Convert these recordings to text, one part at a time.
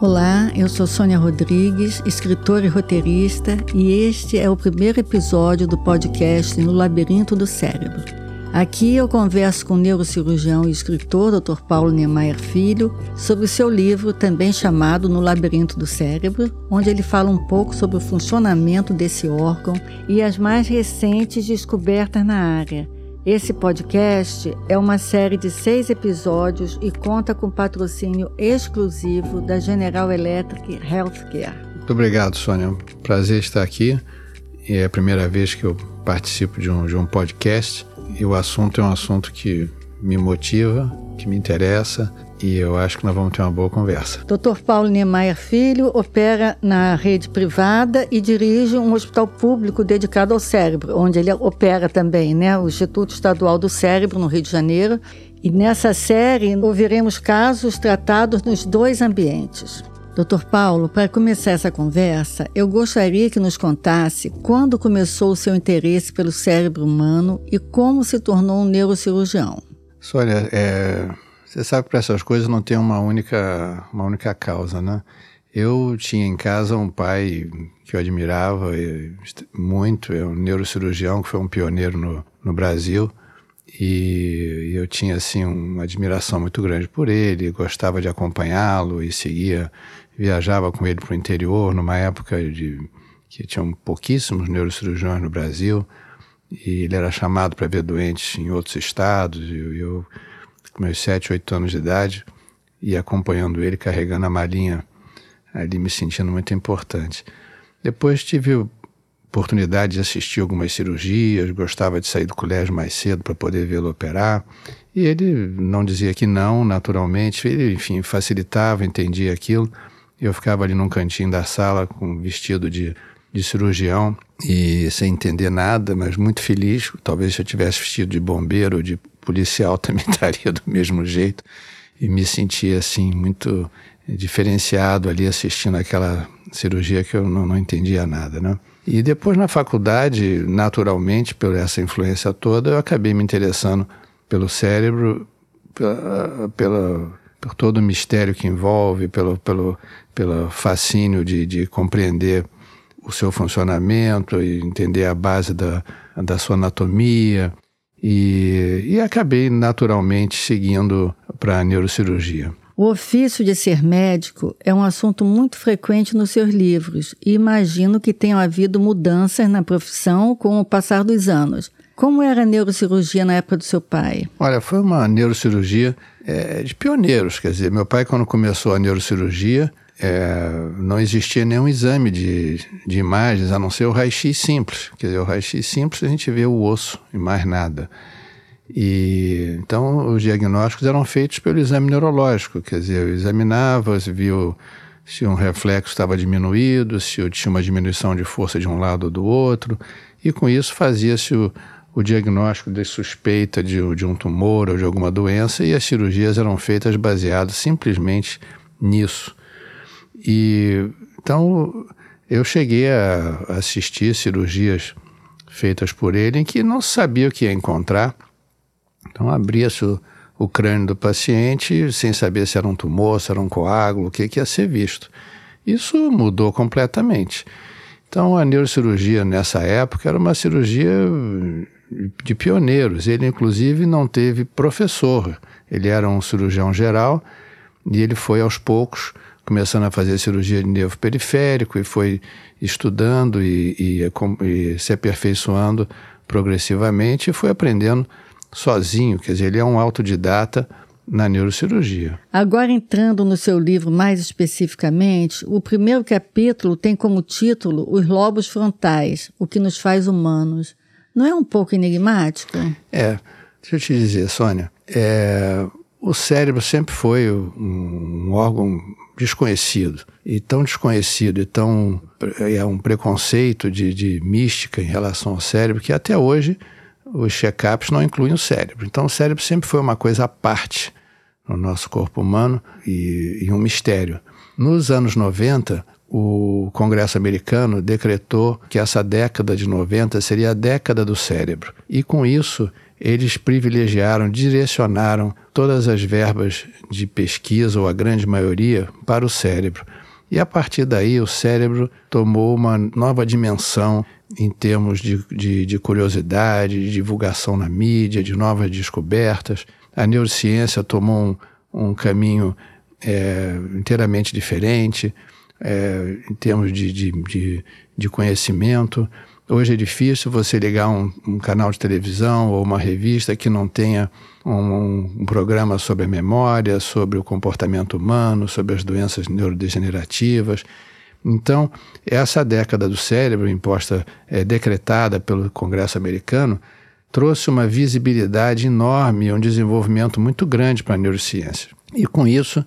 Olá, eu sou Sônia Rodrigues, escritora e roteirista, e este é o primeiro episódio do podcast No Labirinto do Cérebro. Aqui eu converso com o neurocirurgião e escritor Dr. Paulo Niemeyer Filho sobre o seu livro, também chamado No Labirinto do Cérebro, onde ele fala um pouco sobre o funcionamento desse órgão e as mais recentes descobertas na área. Esse podcast é uma série de 6 episódios e conta com patrocínio exclusivo da General Electric Healthcare. Muito obrigado, Sônia. Prazer estar aqui. É a primeira vez que eu participo de um podcast e o assunto é um assunto que me motiva, que me interessa e eu acho que nós vamos ter uma boa conversa. Dr. Paulo Niemeyer Filho opera na rede privada e dirige um hospital público dedicado ao cérebro, onde ele opera também, o Instituto Estadual do Cérebro, no Rio de Janeiro. E nessa série ouviremos casos tratados nos 2 ambientes. Dr. Paulo, para começar essa conversa, eu gostaria que nos contasse quando começou o seu interesse pelo cérebro humano e como se tornou um neurocirurgião. Sônia, você sabe que para essas coisas não tem uma única causa, né? Eu tinha em casa um pai que eu admirava muito, é um neurocirurgião que foi um pioneiro no Brasil e eu tinha assim uma admiração muito grande por ele, gostava de acompanhá-lo e viajava com ele para o interior numa época que tinham pouquíssimos neurocirurgiões no Brasil e ele era chamado para ver doentes em outros estados e eu com meus 7, 8 anos de idade, e acompanhando ele, carregando a malinha ali, me sentindo muito importante. Depois tive a oportunidade de assistir algumas cirurgias, gostava de sair do colégio mais cedo para poder vê-lo operar, e ele não dizia que não, naturalmente, ele, enfim, facilitava, entendia aquilo, e eu ficava ali num cantinho da sala com vestido de cirurgião, e sem entender nada, mas muito feliz, talvez se eu tivesse vestido de bombeiro ou de policial também estaria do mesmo jeito e me sentia assim muito diferenciado ali assistindo aquela cirurgia que eu não entendia nada, né? E depois na faculdade, naturalmente, por essa influência toda, eu acabei me interessando pelo cérebro, por todo o mistério que envolve, pelo fascínio de compreender o seu funcionamento e entender a base da sua anatomia. E acabei naturalmente seguindo para a neurocirurgia. O ofício de ser médico é um assunto muito frequente nos seus livros e imagino que tenham havido mudanças na profissão com o passar dos anos. Como era a neurocirurgia na época do seu pai? Olha, foi uma neurocirurgia de pioneiros. Quer dizer, meu pai, quando começou a neurocirurgia, não existia nenhum exame de imagens, a não ser o raio-x simples. Quer dizer, o raio-x simples a gente vê o osso e mais nada. E, então, os diagnósticos eram feitos pelo exame neurológico. Quer dizer, eu examinava, viu se um reflexo estava diminuído, se eu tinha uma diminuição de força de um lado ou do outro. E com isso fazia-se o diagnóstico de suspeita de um tumor ou de alguma doença e as cirurgias eram feitas baseadas simplesmente nisso. E então eu cheguei a assistir cirurgias feitas por ele em que não sabia o que ia encontrar. Então abria-se o crânio do paciente sem saber se era um tumor, se era um coágulo, o que ia ser visto. Isso mudou completamente. Então a neurocirurgia nessa época era uma cirurgia de pioneiros. Ele inclusive não teve professor. Ele era um cirurgião geral e ele foi aos poucos começando a fazer cirurgia de nervo periférico e foi estudando e se aperfeiçoando progressivamente e foi aprendendo sozinho, quer dizer, ele é um autodidata na neurocirurgia. Agora entrando no seu livro mais especificamente, o primeiro capítulo tem como título Os lobos frontais, o que nos faz humanos. Não é um pouco enigmático? Deixa eu te dizer, Sônia, o cérebro sempre foi um órgão desconhecido, e tão desconhecido, é um preconceito de mística em relação ao cérebro, que até hoje os check-ups não incluem o cérebro. Então o cérebro sempre foi uma coisa à parte no nosso corpo humano e um mistério. Nos anos 90, o Congresso americano decretou que essa década de 90 seria a década do cérebro. E com isso, eles privilegiaram, direcionaram todas as verbas de pesquisa, ou a grande maioria, para o cérebro. E a partir daí, o cérebro tomou uma nova dimensão em termos de curiosidade, de divulgação na mídia, de novas descobertas. A neurociência tomou um caminho inteiramente diferente em termos de conhecimento. Hoje é difícil você ligar um canal de televisão ou uma revista que não tenha um programa sobre a memória, sobre o comportamento humano, sobre as doenças neurodegenerativas. Então, essa década do cérebro, decretada pelo Congresso americano, trouxe uma visibilidade enorme, um desenvolvimento muito grande para a neurociência. E com isso,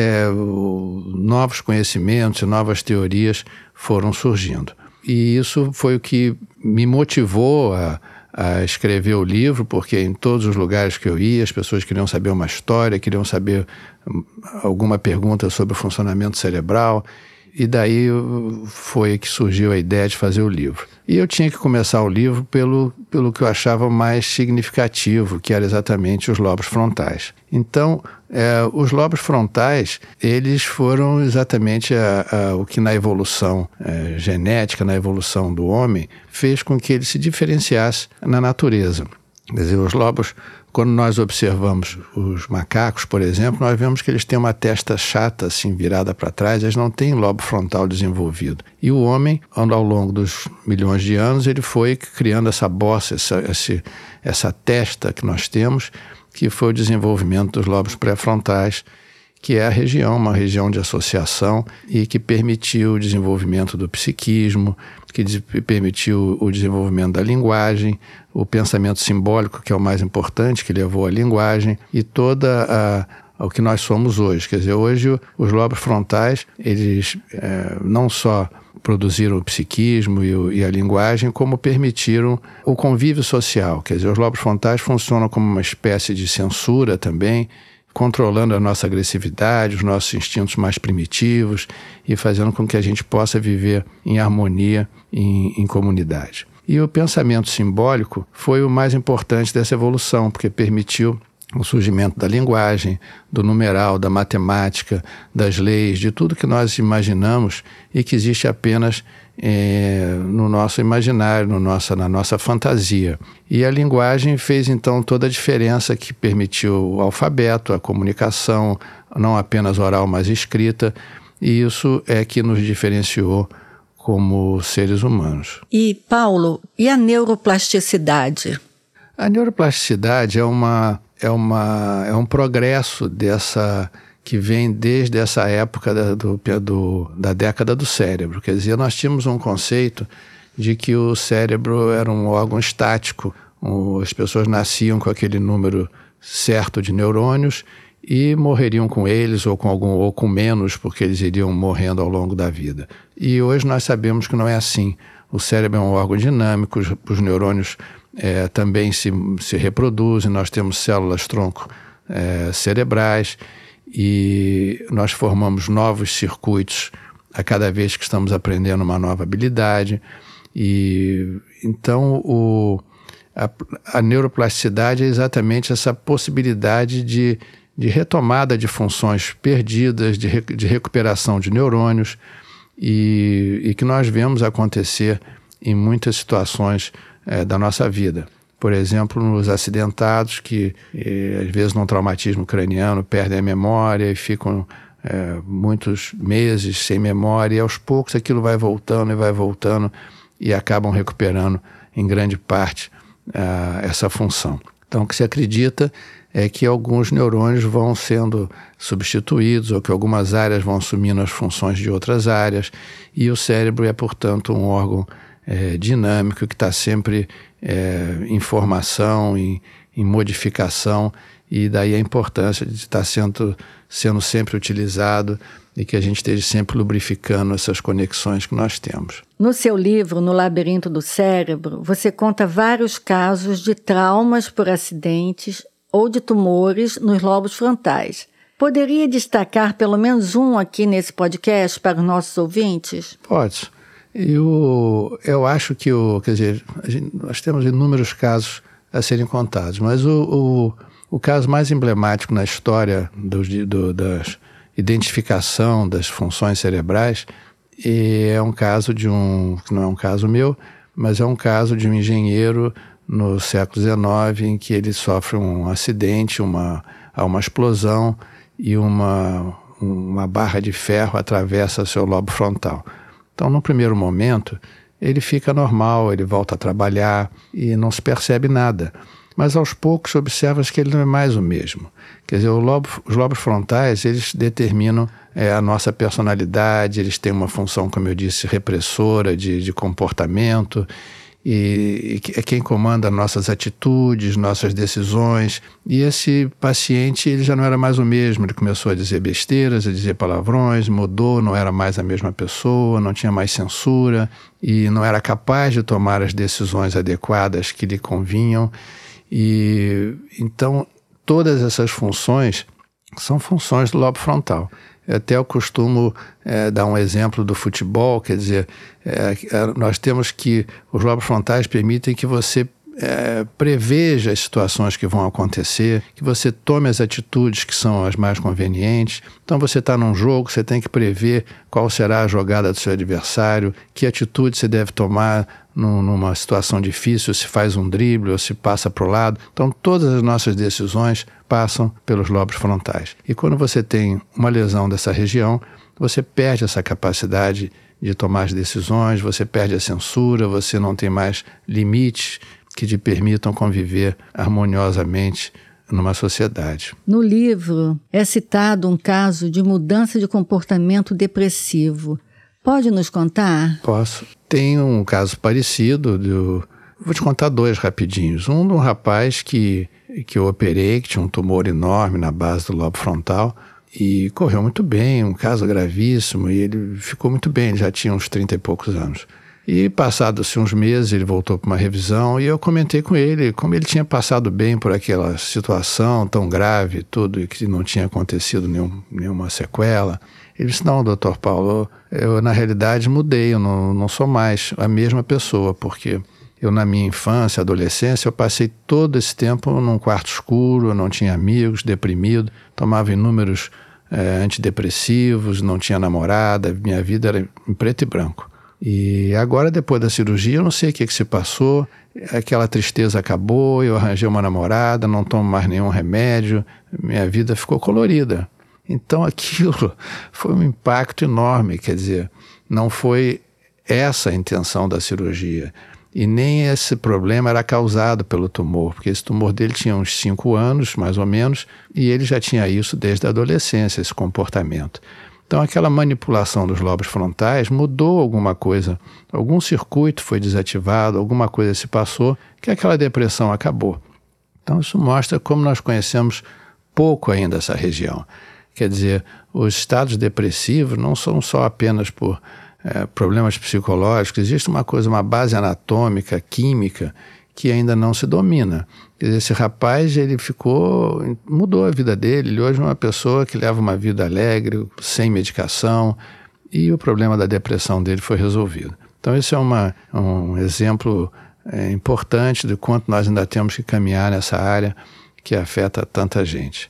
novos conhecimentos e novas teorias foram surgindo. E isso foi o que me motivou a escrever o livro, porque em todos os lugares que eu ia, as pessoas queriam saber uma história, queriam saber alguma pergunta sobre o funcionamento cerebral. E daí foi que surgiu a ideia de fazer o livro. E eu tinha que começar o livro pelo que eu achava mais significativo, que era exatamente os lobos frontais. Então, os lobos frontais, eles foram exatamente o que na evolução genética, na evolução do homem, fez com que ele se diferenciasse na natureza. Quer dizer, os lobos, quando nós observamos os macacos, por exemplo, nós vemos que eles têm uma testa chata, assim, virada para trás, eles não têm lobo frontal desenvolvido. E o homem, ao longo dos milhões de anos, ele foi criando essa bossa, essa testa que nós temos, que foi o desenvolvimento dos lobos pré-frontais, que é uma região de associação e que permitiu o desenvolvimento do psiquismo, que permitiu o desenvolvimento da linguagem, o pensamento simbólico, que é o mais importante, que levou à linguagem, e o que nós somos hoje. Quer dizer, hoje os lobos frontais, eles não só produziram o psiquismo e a linguagem, como permitiram o convívio social. Quer dizer, os lobos frontais funcionam como uma espécie de censura também, controlando a nossa agressividade, os nossos instintos mais primitivos e fazendo com que a gente possa viver em harmonia, em comunidade. E o pensamento simbólico foi o mais importante dessa evolução, porque permitiu o surgimento da linguagem, do numeral, da matemática, das leis, de tudo que nós imaginamos e que existe apenas no nosso imaginário, na nossa fantasia. E a linguagem fez então toda a diferença, que permitiu o alfabeto, a comunicação, não apenas oral, mas escrita, e isso é que nos diferenciou como seres humanos. E, Paulo, e a neuroplasticidade? A neuroplasticidade é um progresso que vem desde essa época da década do cérebro. Quer dizer, nós tínhamos um conceito de que o cérebro era um órgão estático. As pessoas nasciam com aquele número certo de neurônios e morreriam com eles ou com menos, porque eles iriam morrendo ao longo da vida. E hoje nós sabemos que não é assim. O cérebro é um órgão dinâmico, os neurônios também se reproduzem, nós temos células-tronco cerebrais, e nós formamos novos circuitos a cada vez que estamos aprendendo uma nova habilidade. E então a neuroplasticidade é exatamente essa possibilidade de retomada de funções perdidas, de recuperação de neurônios, e que nós vemos acontecer em muitas situações da nossa vida. Por exemplo, nos acidentados que, às vezes, num traumatismo craniano, perdem a memória e ficam muitos meses sem memória, e aos poucos aquilo vai voltando e acabam recuperando, em grande parte, essa função. Então, o que se acredita é que alguns neurônios vão sendo substituídos, ou que algumas áreas vão assumindo as funções de outras áreas, e o cérebro é, portanto, um órgão dinâmico que está sempre em formação, em modificação, e daí a importância de estar sendo sempre utilizado e que a gente esteja sempre lubrificando essas conexões que nós temos. No seu livro, No Labirinto do Cérebro, você conta vários casos de traumas por acidentes ou de tumores nos lobos frontais. Poderia destacar pelo menos um aqui nesse podcast para os nossos ouvintes? Pode. Eu acho que, nós temos inúmeros casos a serem contados, mas o caso mais emblemático na história da identificação das funções cerebrais é um caso que não é um caso meu, mas é um caso de um engenheiro no século XIX em que ele sofre um acidente, há uma explosão e uma barra de ferro atravessa seu lobo frontal. Então, no primeiro momento, ele fica normal, ele volta a trabalhar e não se percebe nada. Mas aos poucos observa-se que ele não é mais o mesmo. Quer dizer, os lobos frontais, eles determinam a nossa personalidade, eles têm uma função, como eu disse, repressora de comportamento, e é quem comanda nossas atitudes, nossas decisões. E esse paciente, ele já não era mais o mesmo, ele começou a dizer besteiras, a dizer palavrões, mudou, não era mais a mesma pessoa, não tinha mais censura e não era capaz de tomar as decisões adequadas que lhe convinham. E então todas essas funções são funções do lobo frontal. Até eu costumo dar um exemplo do futebol, quer dizer, nós temos que os lobos frontais permitem que você preveja as situações que vão acontecer, que você tome as atitudes que são as mais convenientes. Então você está num jogo, você tem que prever qual será a jogada do seu adversário, que atitude você deve tomar numa situação difícil, se faz um drible ou se passa para o lado. Então todas as nossas decisões passam pelos lobos frontais. E quando você tem uma lesão dessa região, você perde essa capacidade de tomar as decisões, você perde a censura, você não tem mais limites que te permitam conviver harmoniosamente numa sociedade. No livro é citado um caso de mudança de comportamento depressivo. Pode nos contar? Posso. Tem um caso parecido, vou te contar dois rapidinhos. Um de um rapaz que eu operei, que tinha um tumor enorme na base do lobo frontal e correu muito bem, um caso gravíssimo, e ele ficou muito bem, ele já tinha uns 30 e poucos anos. E passados uns meses ele voltou para uma revisão e eu comentei com ele como ele tinha passado bem por aquela situação tão grave tudo e que não tinha acontecido nenhuma sequela. Ele disse, não, doutor Paulo, eu na realidade mudei, eu não sou mais a mesma pessoa, porque eu na minha infância, adolescência, eu passei todo esse tempo num quarto escuro, eu não tinha amigos, deprimido, tomava inúmeros antidepressivos, não tinha namorada, minha vida era em preto e branco. E agora, depois da cirurgia, eu não sei o que se passou, aquela tristeza acabou, eu arranjei uma namorada, não tomo mais nenhum remédio, minha vida ficou colorida. Então aquilo foi um impacto enorme, quer dizer, não foi essa a intenção da cirurgia. E nem esse problema era causado pelo tumor, porque esse tumor dele tinha uns 5 anos, mais ou menos, e ele já tinha isso desde a adolescência, esse comportamento. Então aquela manipulação dos lobos frontais mudou alguma coisa, algum circuito foi desativado, alguma coisa se passou, que aquela depressão acabou. Então isso mostra como nós conhecemos pouco ainda essa região. Quer dizer, os estados depressivos não são só apenas por problemas psicológicos, existe uma base anatômica, química, que ainda não se domina. Quer dizer, esse rapaz, mudou a vida dele, ele hoje é uma pessoa que leva uma vida alegre, sem medicação, e o problema da depressão dele foi resolvido. Então esse é um exemplo importante de quanto nós ainda temos que caminhar nessa área que afeta tanta gente.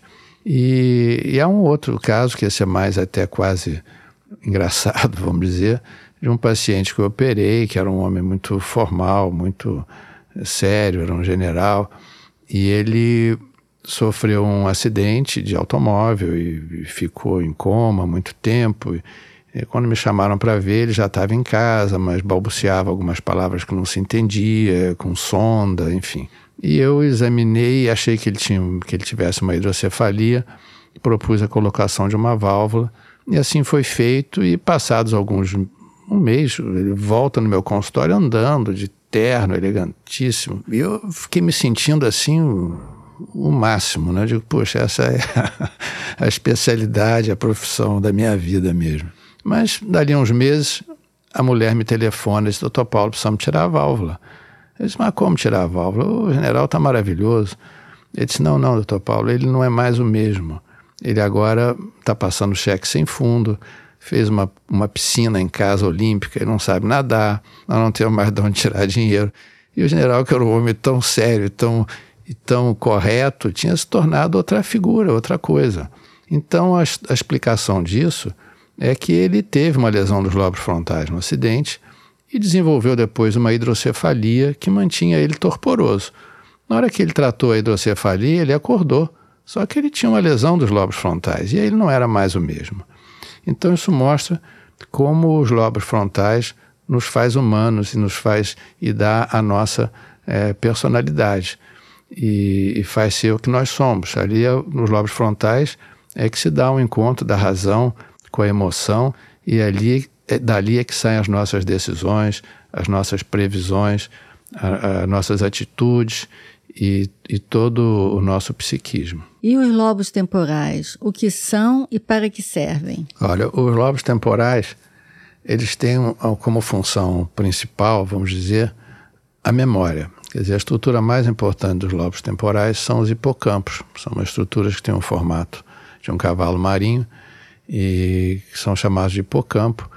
E há um outro caso, que esse é mais até quase engraçado, vamos dizer, de um paciente que eu operei, que era um homem muito formal, muito sério, era um general, e ele sofreu um acidente de automóvel e ficou em coma há muito tempo. E quando me chamaram para ver, ele já estava em casa, mas balbuciava algumas palavras que não se entendia, com sonda, enfim. E eu examinei e achei que ele tivesse uma hidrocefalia, propus a colocação de uma válvula, e assim foi feito, e passados um mês, ele volta no meu consultório andando de terno, elegantíssimo, e eu fiquei me sentindo assim o máximo, né? Eu digo, poxa, essa é a especialidade, a profissão da minha vida mesmo. Mas dali a uns meses, a mulher me telefona e disse, doutor Paulo, precisamos tirar a válvula. Eu disse, mas como tirar a válvula? O general está maravilhoso. Ele disse, não, doutor Paulo, ele não é mais o mesmo. ele agora está passando cheque sem fundo, fez uma piscina em casa olímpica, ele não sabe nadar, nós não temos mais de onde tirar dinheiro. E o general, que era um homem tão sério e tão correto, tinha se tornado outra figura, outra coisa. Então, a explicação disso é que ele teve uma lesão dos lobos frontais no acidente e desenvolveu depois uma hidrocefalia que mantinha ele torporoso. Na hora que ele tratou a hidrocefalia, ele acordou, só que ele tinha uma lesão dos lobos frontais e aí ele não era mais o mesmo. Então isso mostra como os lobos frontais nos faz humanos e dá a nossa personalidade e faz ser o que nós somos. Ali nos lobos frontais é que se dá um encontro da razão com a emoção e dali é que saem as nossas decisões, as nossas previsões, as nossas atitudes e todo o nosso psiquismo. E os lobos temporais, o que são e para que servem? Olha, os lobos temporais, eles têm como função principal, vamos dizer, a memória. Quer dizer, a estrutura mais importante dos lobos temporais são os hipocampos. São umas estruturas que têm um formato de um cavalo marinho e que são chamados de hipocampo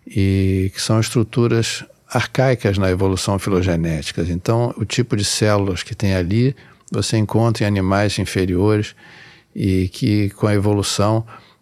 e que são estruturas arcaicas na evolução filogenética. Então, o tipo de células que tem ali, você encontra em animais inferiores e que, com a evolução,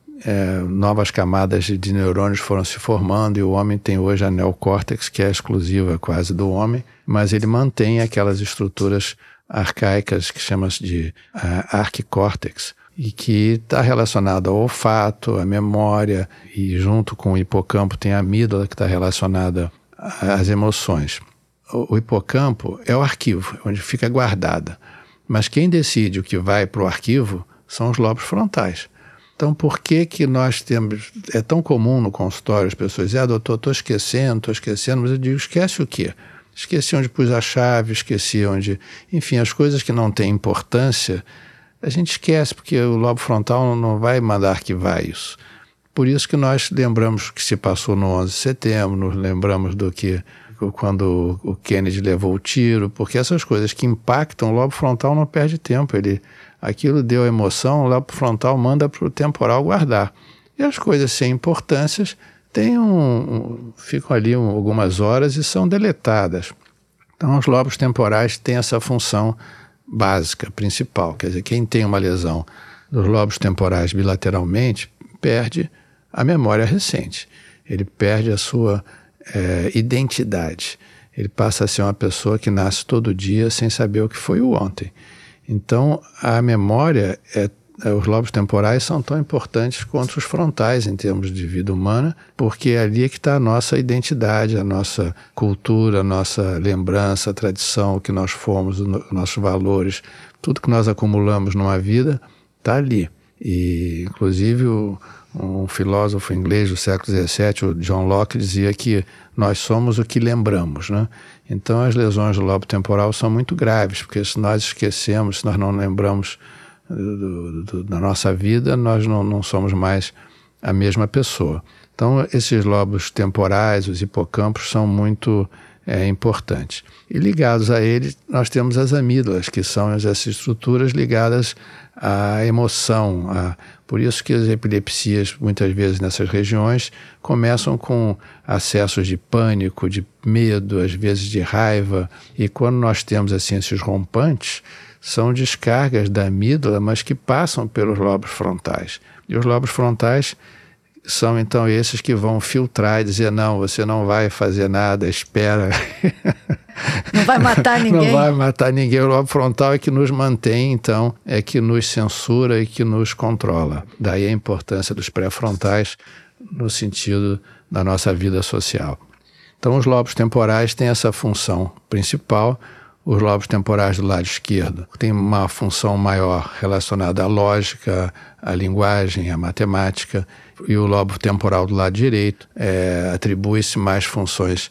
novas camadas de neurônios foram se formando e o homem tem hoje a neocórtex, que é exclusiva quase do homem, mas ele mantém aquelas estruturas arcaicas que chama-se de arquicórtex e que está relacionado ao olfato, à memória e junto com o hipocampo tem a amígdala que está relacionada às emoções. O hipocampo é o arquivo, onde fica guardada. Mas quem decide o que vai para o arquivo são os lobos frontais. Então, por que nós temos... É tão comum no consultório as pessoas dizem, doutor, estou esquecendo, mas eu digo, esquece o quê? Esqueci onde pus a chave, esqueci onde... Enfim, as coisas que não têm importância, a gente esquece, porque o lobo frontal não vai mandar arquivar isso. Por isso que nós lembramos o que se passou no 11 de setembro, nos lembramos do que quando o Kennedy levou o tiro, porque essas coisas que impactam, o lobo frontal não perde tempo. Aquilo deu emoção, o lobo frontal manda para o temporal guardar. E as coisas sem importâncias ficam ali algumas horas e são deletadas. Então os lobos temporais têm essa função básica, principal. Quer dizer, quem tem uma lesão dos lobos temporais bilateralmente perde a memória recente. Ele perde a sua identidade. Ele passa a ser uma pessoa que nasce todo dia sem saber o que foi o ontem. Então, a memória, os lobos temporais são tão importantes quanto os frontais em termos de vida humana, porque é ali que está a nossa identidade, a nossa cultura, a nossa lembrança, a tradição, o que nós fomos, os nossos valores, tudo que nós acumulamos numa vida está ali. E, inclusive, um filósofo inglês do século XVII, o John Locke, dizia que nós somos o que lembramos, né? Então, as lesões do lobo temporal são muito graves, porque se nós esquecemos, se nós não lembramos da nossa vida, nós não somos mais a mesma pessoa. Então, esses lobos temporais, os hipocampos, são muito importantes. E ligados a eles, nós temos as amígdalas, que são essas estruturas ligadas à emoção. Por isso que as epilepsias, muitas vezes nessas regiões, começam com acessos de pânico, de medo, às vezes de raiva. E quando nós temos assim, esses rompantes, são descargas da amígdala, mas que passam pelos lobos frontais. E os lobos frontais são então esses que vão filtrar e dizer, não, você não vai fazer nada, espera. Não vai matar ninguém. Não vai matar ninguém. O lobo frontal é que nos mantém, então, é que nos censura e que nos controla. Daí a importância dos pré-frontais no sentido da nossa vida social. Então, os lobos temporais têm essa função principal. Os lobos temporais do lado esquerdo têm uma função maior relacionada à lógica, à linguagem, à matemática, e o lobo temporal do lado direito atribui-se mais funções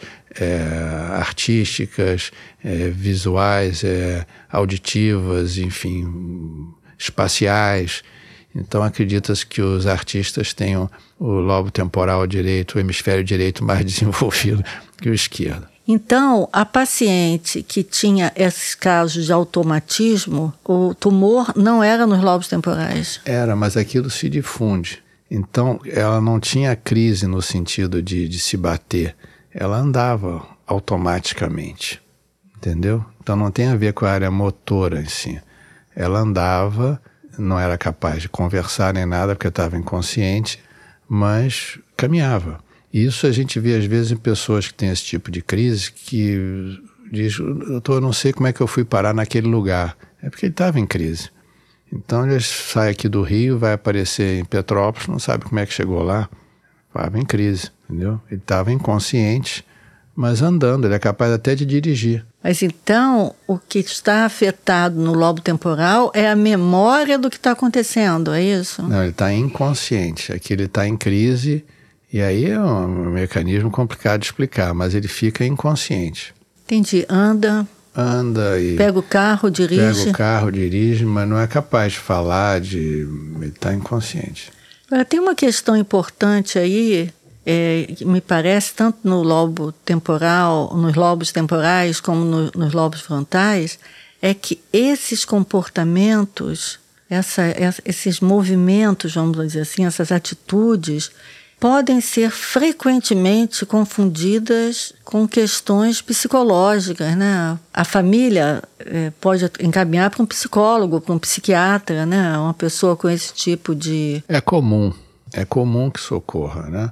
artísticas, visuais, auditivas, enfim, espaciais. Então acredita-se que os artistas tenham o lobo temporal direito, o hemisfério direito mais desenvolvido que o esquerdo. Então, a paciente que tinha esses casos de automatismo, o tumor não era nos lobos temporais? Era, mas aquilo se difunde. Então, ela não tinha crise no sentido de se bater. Ela andava automaticamente, entendeu? Então, não tem a ver com a área motora em si. Ela andava, não era capaz de conversar nem nada, porque estava inconsciente, mas caminhava. Isso a gente vê às vezes em pessoas que têm esse tipo de crise, que diz, doutor, eu não sei como é que eu fui parar naquele lugar. É porque ele estava em crise. Então ele sai aqui do Rio, vai aparecer em Petrópolis, não sabe como é que chegou lá. Estava em crise, entendeu? Ele estava inconsciente, mas andando, ele é capaz até de dirigir. Mas então, o que está afetado no lobo temporal é a memória do que está acontecendo, é isso? Não, ele está inconsciente. Aqui ele está em crise, e aí é um mecanismo complicado de explicar, mas ele fica inconsciente. Entendi. Anda e... Pega o carro, dirige. Mas não é capaz de falar, ele está inconsciente. Agora, tem uma questão importante aí, me parece, tanto no lobo temporal, nos lobos temporais, como nos lobos frontais, é que esses comportamentos, esses movimentos, vamos dizer assim, essas atitudes, podem ser frequentemente confundidas com questões psicológicas, né? A família pode encaminhar para um psicólogo, para um psiquiatra, né? Uma pessoa com esse tipo de... É comum que socorra, né?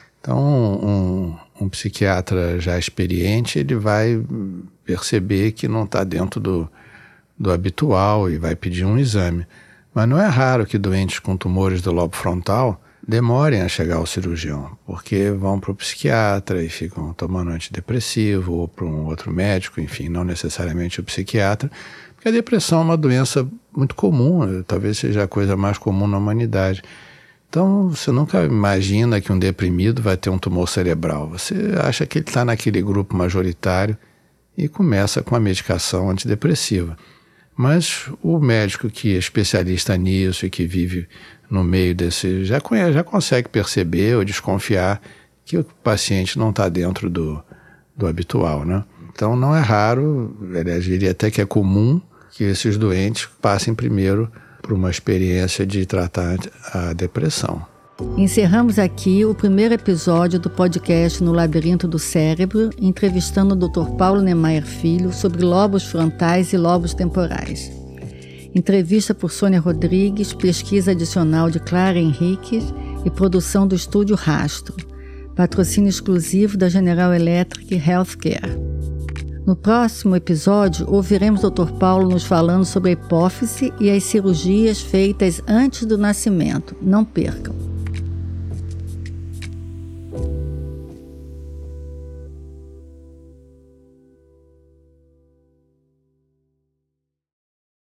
Então, um psiquiatra já experiente, ele vai perceber que não está dentro do habitual e vai pedir um exame. Mas não é raro que doentes com tumores do lobo frontal demorem a chegar ao cirurgião, porque vão para o psiquiatra e ficam tomando antidepressivo ou para um outro médico, enfim, não necessariamente o psiquiatra, porque a depressão é uma doença muito comum, talvez seja a coisa mais comum na humanidade. Então, você nunca imagina que um deprimido vai ter um tumor cerebral. Você acha que ele está naquele grupo majoritário e começa com a medicação antidepressiva. Mas o médico que é especialista nisso e que vive no meio desse, já consegue perceber ou desconfiar que o paciente não está dentro do habitual, né? Então não é raro, aliás, diria até que é comum que esses doentes passem primeiro por uma experiência de tratar a depressão. Encerramos aqui o primeiro episódio do podcast No Labirinto do Cérebro, entrevistando o Dr. Paulo Niemeyer Filho sobre lobos frontais e lobos temporais. Entrevista por Sônia Rodrigues, pesquisa adicional de Clara Henriques e produção do Estúdio Rastro. Patrocínio exclusivo da General Electric Healthcare. No próximo episódio, ouviremos o Dr. Paulo nos falando sobre a hipófise e as cirurgias feitas antes do nascimento. Não percam!